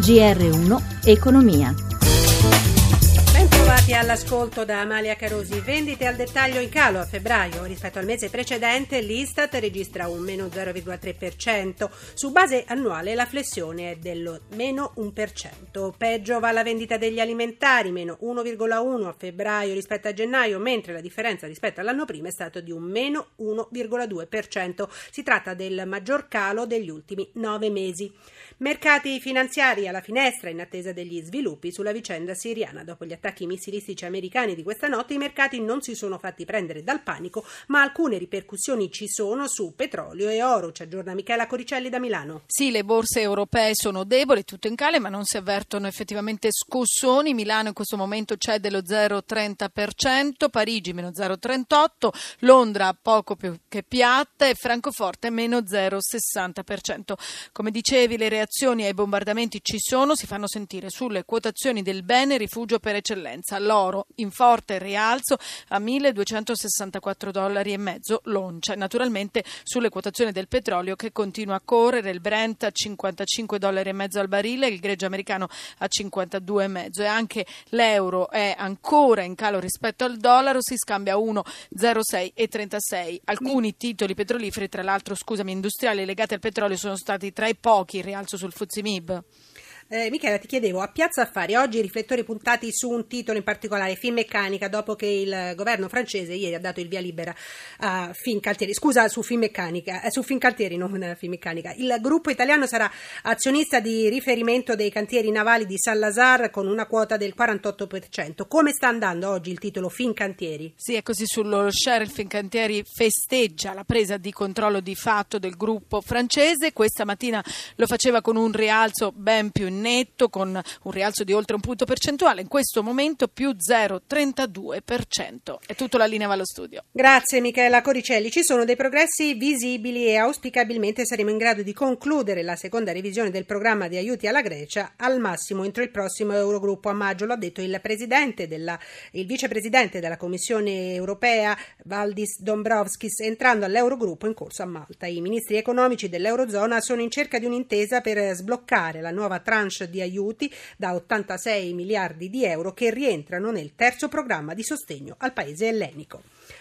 GR1 Economia. Bentrovati all'ascolto da Amalia Carosi. Vendite al dettaglio in calo a febbraio. Rispetto al mese precedente l'Istat registra un meno 0,3%. Su base annuale la flessione è dello meno 1%. Peggio va la vendita degli alimentari, meno 1,1% a febbraio rispetto a gennaio, mentre la differenza rispetto all'anno prima è stata di un meno 1,2%. Si tratta del maggior calo degli ultimi 9 mesi. Mercati finanziari alla finestra in attesa degli sviluppi sulla vicenda siriana. Dopo gli attacchi missilistici americani di questa notte, i mercati non si sono fatti prendere dal panico, ma alcune ripercussioni ci sono su petrolio e oro. Ci aggiorna Michela Coricelli da Milano. Sì, le borse europee sono deboli, tutto in calo, ma non si avvertono effettivamente scossoni. Milano in questo momento cede lo 0,30%, Parigi meno 0,38%, Londra poco più che piatta e Francoforte meno 0,60%. Come dicevi, le reazioni ai bombardamenti ci sono, si fanno sentire sulle quotazioni del bene rifugio per eccellenza. L'oro in forte rialzo a $1.264,50 l'oncia, e naturalmente sulle quotazioni del petrolio che continua a correre, il Brent a $55,50 al barile, il greggio americano a 52,5, e anche l'euro è ancora in calo rispetto al dollaro, si scambia a 1,0636. Alcuni titoli petroliferi, tra l'altro industriali legati al petrolio, sono stati tra i pochi in rialzo sul FTSE MIB. Michela, ti chiedevo, a Piazza Affari oggi i riflettori puntati su un titolo in particolare, Finmeccanica, dopo che il governo francese ieri ha dato il via libera a Fincantieri, su Fincantieri, non Finmeccanica. Il gruppo italiano sarà azionista di riferimento dei cantieri navali di Saint-Lazare con una quota del 48%. Come sta andando oggi il titolo Fincantieri? Sì, è così, sullo share il Fincantieri festeggia la presa di controllo di fatto del gruppo francese. Questa mattina lo faceva con un rialzo ben più netto, con un rialzo di oltre un punto percentuale, in questo momento più 0,32%. È tutto, la linea va allo studio. Grazie Michela Coricelli. Ci sono dei progressi visibili e auspicabilmente saremo in grado di concludere la seconda revisione del programma di aiuti alla Grecia al massimo entro il prossimo Eurogruppo a maggio, lo ha detto il vicepresidente della Commissione europea Valdis Dombrovskis entrando all'Eurogruppo in corso a Malta. I ministri economici dell'Eurozona sono in cerca di un'intesa per sbloccare la nuova tranche di aiuti da 86 miliardi di euro che rientrano nel terzo programma di sostegno al paese ellenico.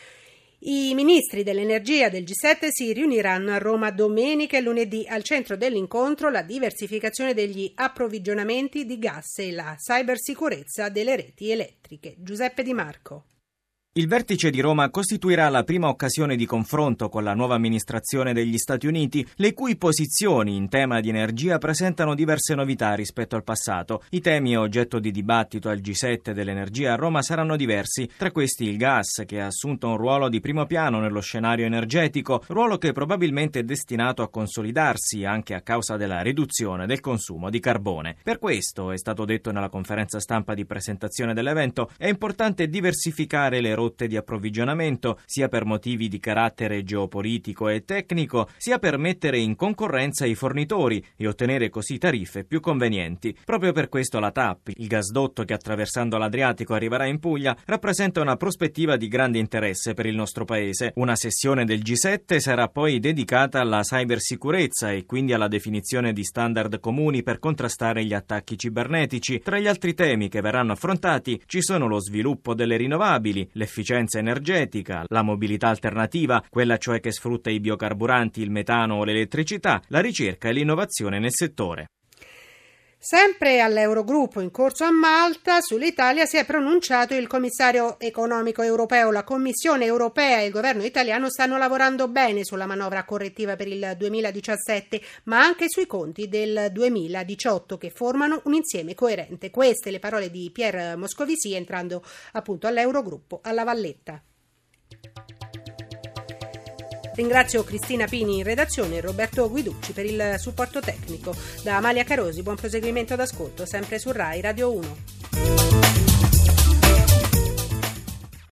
I ministri dell'energia del G7 si riuniranno a Roma domenica e lunedì. Al centro dell'incontro la diversificazione degli approvvigionamenti di gas e la cybersicurezza delle reti elettriche. Giuseppe Di Marco. Il vertice di Roma costituirà la prima occasione di confronto con la nuova amministrazione degli Stati Uniti, le cui posizioni in tema di energia presentano diverse novità rispetto al passato. I temi oggetto di dibattito al G7 dell'energia a Roma saranno diversi, tra questi il gas, che ha assunto un ruolo di primo piano nello scenario energetico, ruolo che probabilmente è destinato a consolidarsi anche a causa della riduzione del consumo di carbone. Per questo, è stato detto nella conferenza stampa di presentazione dell'evento, è importante diversificare le rotte di approvvigionamento, sia per motivi di carattere geopolitico e tecnico, sia per mettere in concorrenza i fornitori e ottenere così tariffe più convenienti. Proprio per questo la TAP, il gasdotto che attraversando l'Adriatico arriverà in Puglia, rappresenta una prospettiva di grande interesse per il nostro paese. Una sessione del G7 sarà poi dedicata alla cybersicurezza e quindi alla definizione di standard comuni per contrastare gli attacchi cibernetici. Tra gli altri temi che verranno affrontati ci sono lo sviluppo delle rinnovabili, l'efficienza energetica, la mobilità alternativa, quella cioè che sfrutta i biocarburanti, il metano o l'elettricità, la ricerca e l'innovazione nel settore. Sempre all'Eurogruppo in corso a Malta, sull'Italia si è pronunciato il commissario economico europeo. La Commissione europea e il governo italiano stanno lavorando bene sulla manovra correttiva per il 2017, ma anche sui conti del 2018 che formano un insieme coerente. Queste le parole di Pierre Moscovici entrando appunto all'Eurogruppo a La Valletta. Ringrazio Cristina Pini in redazione e Roberto Guiducci per il supporto tecnico. Da Amalia Carosi, buon proseguimento d'ascolto, sempre su Rai Radio 1.